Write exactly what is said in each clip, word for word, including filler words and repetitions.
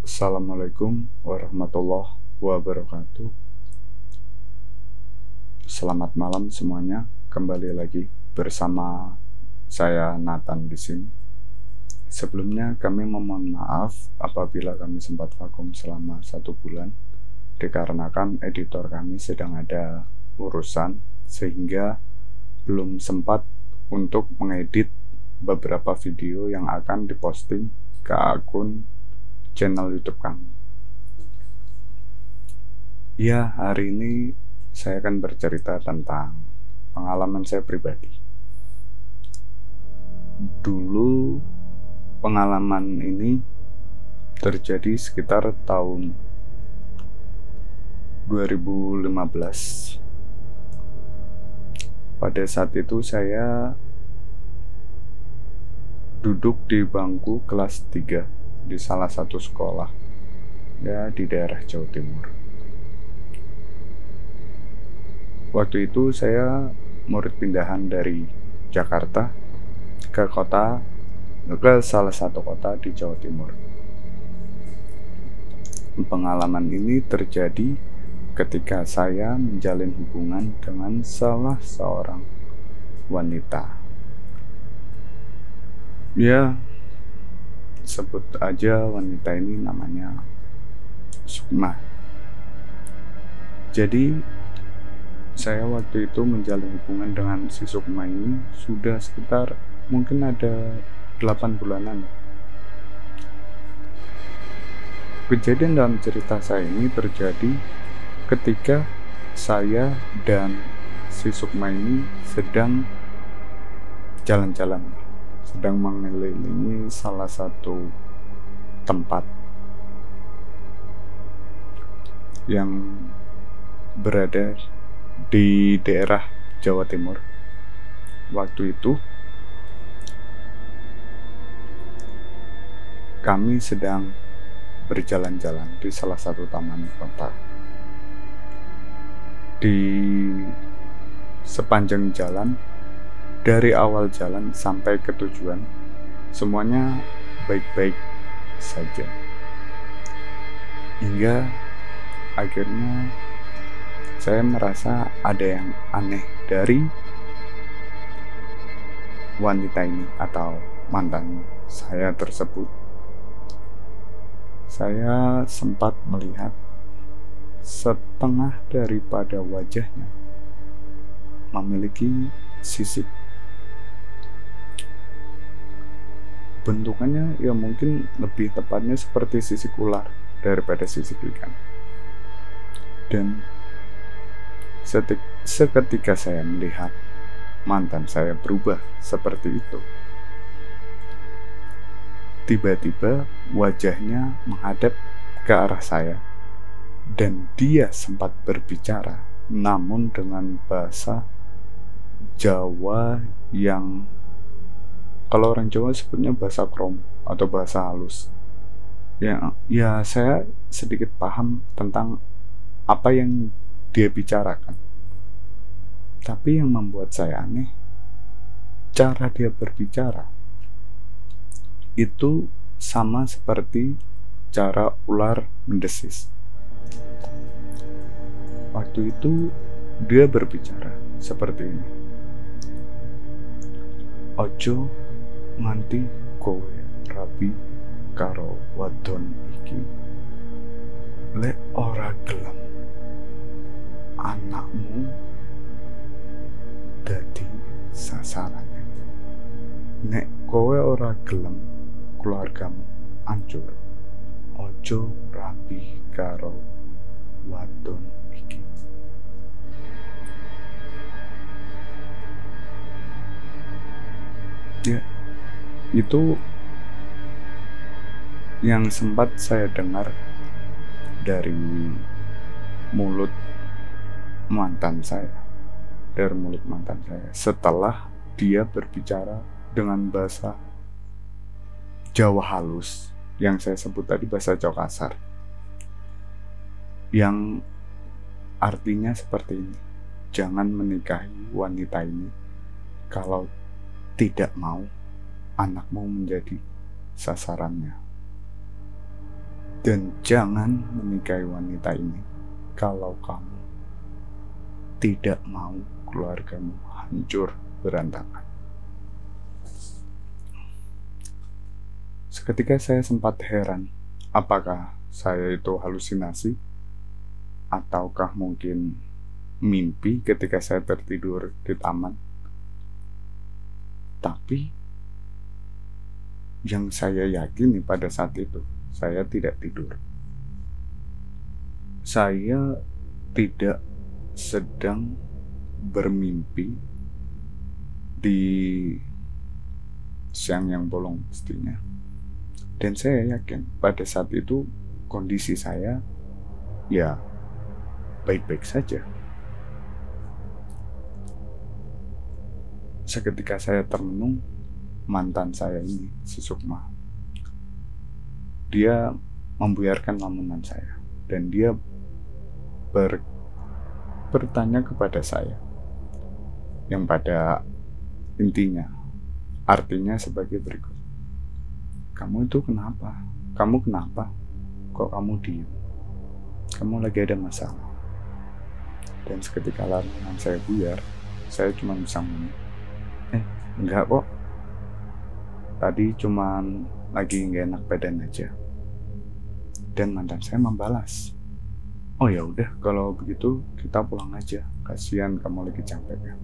Assalamualaikum warahmatullahi wabarakatuh. Selamat malam semuanya. Kembali lagi bersama saya Nathan di sini. Sebelumnya kami memohon maaf apabila kami sempat vakum selama satu bulan dikarenakan editor kami sedang ada urusan sehingga belum sempat untuk mengedit beberapa video yang akan diposting ke akun channel YouTube kami. Ya, hari ini saya akan bercerita tentang pengalaman saya pribadi. Dulu pengalaman ini terjadi sekitar tahun dua ribu lima belas. Pada saat itu saya duduk di bangku kelas tiga di salah satu sekolah ya di daerah Jawa Timur. Waktu itu saya murid pindahan dari Jakarta ke kota ke salah satu kota di Jawa Timur. Pengalaman ini terjadi ketika saya menjalin hubungan dengan salah seorang wanita. Ya, sebut aja wanita ini namanya Sukma. Jadi saya waktu itu menjalin hubungan dengan si Sukma ini sudah sekitar mungkin ada delapan bulanan. Kejadian dalam cerita saya ini terjadi ketika saya dan si Sukma ini sedang jalan-jalan, sedang mengelilingi salah satu tempat yang berada di daerah Jawa Timur. Waktu itu kami sedang berjalan-jalan di salah satu taman kota. Di sepanjang jalan, dari awal jalan sampai ke tujuan, semuanya baik-baik saja. Hingga akhirnya saya merasa ada yang aneh dari wanita ini atau mantan saya tersebut. Saya sempat melihat setengah daripada wajahnya memiliki sisik. Bentukannya ya mungkin lebih tepatnya seperti sisik ular daripada sisik ikan. Dan Setik, seketika saya melihat mantan saya berubah seperti itu, tiba-tiba wajahnya menghadap ke arah saya dan dia sempat berbicara, namun dengan bahasa Jawa yang kalau orang Jawa sebutnya bahasa krom atau bahasa halus. Ya, ya saya sedikit paham tentang apa yang dia bicarakan. Tapi yang membuat saya aneh, cara dia berbicara itu sama seperti cara ular mendesis. Waktu itu dia berbicara seperti ini. Ojo nganti kowe rabi karo wadon iki, lek ora gelem anakmu dadi sasarannya. Nek kowe ora gelem keluargamu hancur, ojo rabi karo wadon iki. Ya, itu yang sempat saya dengar dari mulut mantan saya dari mulut mantan saya setelah dia berbicara dengan bahasa Jawa halus yang saya sebut tadi, bahasa Jawa kasar, yang artinya seperti ini: jangan menikahi wanita ini kalau tidak mau anakmu menjadi sasarannya. Dan jangan menikahi wanita ini kalau kamu tidak mau keluargamu hancur berantakan. Seketika saya sempat heran, apakah saya itu halusinasi? Ataukah mungkin mimpi ketika saya tertidur di taman? Tapi yang saya yakini pada saat itu, saya tidak tidur. Saya tidak sedang bermimpi di siang yang bolong pastinya. Dan saya yakin pada saat itu kondisi saya ya baik-baik saja. Seketika saya termenung, mantan saya ini, si Sukma, dia membuyarkan lamunan saya dan dia ber, bertanya kepada saya yang pada intinya artinya sebagai berikut. Kamu itu kenapa? Kamu kenapa? Kok kamu diem? Kamu lagi ada masalah? Dan seketika lamunan saya buyar, saya cuma bisa ngomong, eh enggak kok, tadi cuman lagi nggak enak badan aja. Dan mantan saya membalas, oh ya udah kalau begitu kita pulang aja, kasihan kamu lagi capek ya.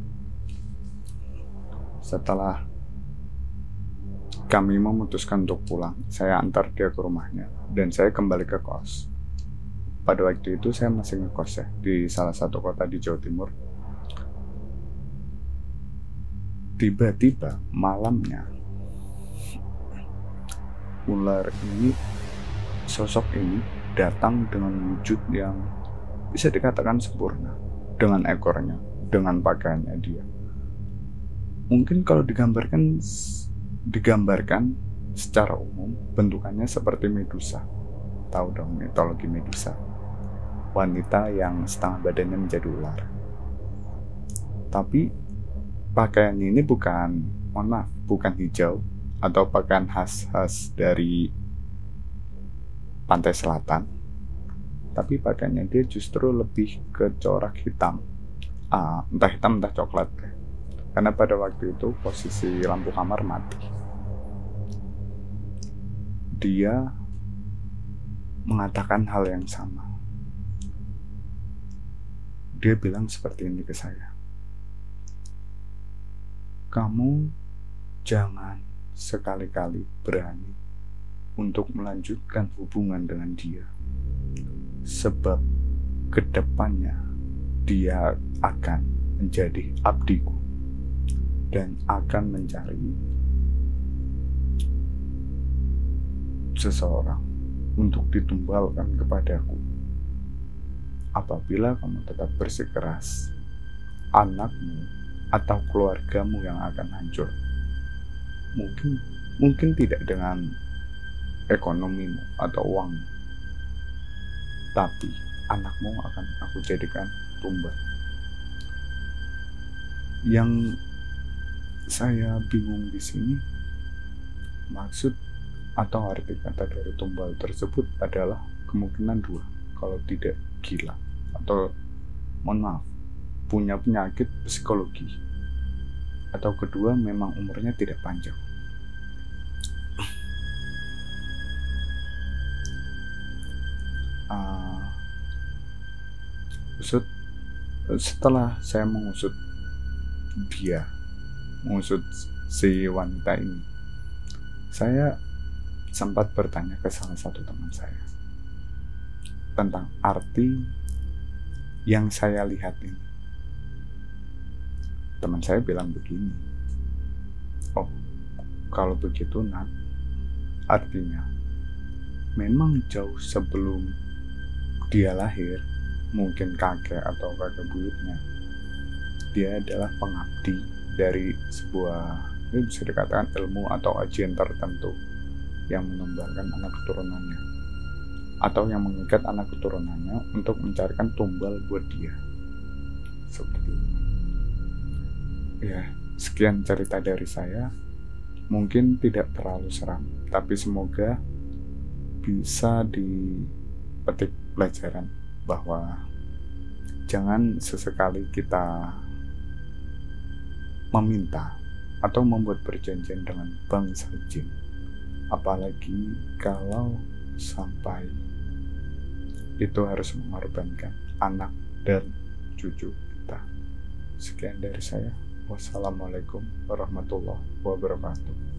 Setelah kami memutuskan untuk pulang, saya antar dia ke rumahnya dan saya kembali ke kos. Pada waktu itu saya masih ngekos ya di salah satu kota di Jawa Timur. Tiba-tiba malamnya ular ini, sosok ini datang dengan wujud yang bisa dikatakan sempurna, dengan ekornya, dengan pakaiannya dia. Mungkin kalau digambarkan digambarkan secara umum bentukannya seperti Medusa. Tahu dong mitologi Medusa, wanita yang setengah badannya menjadi ular. Tapi pakaiannya ini bukan, mohon maaf, bukan hijau atau pakaian khas-khas dari pantai selatan, tapi pakaiannya dia justru lebih ke corak hitam, uh, entah hitam entah coklat, karena pada waktu itu posisi lampu kamar mati. Dia mengatakan hal yang sama. Dia bilang seperti ini ke saya, kamu jangan sekali-kali berani untuk melanjutkan hubungan dengan dia, sebab kedepannya dia akan menjadi abdiku dan akan mencari seseorang untuk ditumbalkan kepadaku. Apabila kamu tetap bersikeras, anakmu atau keluargamu yang akan hancur. Mungkin mungkin tidak dengan ekonomimu atau uangmu, tapi anakmu akan aku jadikan tumbal. Yang saya bingung di sini, maksud atau arti kata dari tumbal tersebut adalah kemungkinan dua, kalau tidak gila atau mohon maaf punya penyakit psikologi, atau kedua memang umurnya tidak panjang. Uh, usut setelah saya mengusut dia, mengusut si wanita ini, saya sempat bertanya ke salah satu teman saya tentang arti yang saya lihat ini. Teman saya bilang begini, oh kalau begitu Nat, artinya memang jauh sebelum dia lahir, mungkin kakek atau kakek buyutnya, dia adalah pengabdi dari sebuah, ini bisa dikatakan ilmu atau ajian tertentu yang menumbalkan anak keturunannya, atau yang mengikat anak keturunannya untuk mencarikan tumbal buat dia. Seperti itu. Ya, sekian cerita dari saya. Mungkin tidak terlalu seram, tapi semoga bisa dipetik pelajaran bahwa jangan sesekali kita meminta atau membuat perjanjian dengan bangsa jin, apalagi kalau sampai itu harus mengorbankan anak dan cucu kita. Sekian dari saya. Wassalamualaikum warahmatullahi wabarakatuh.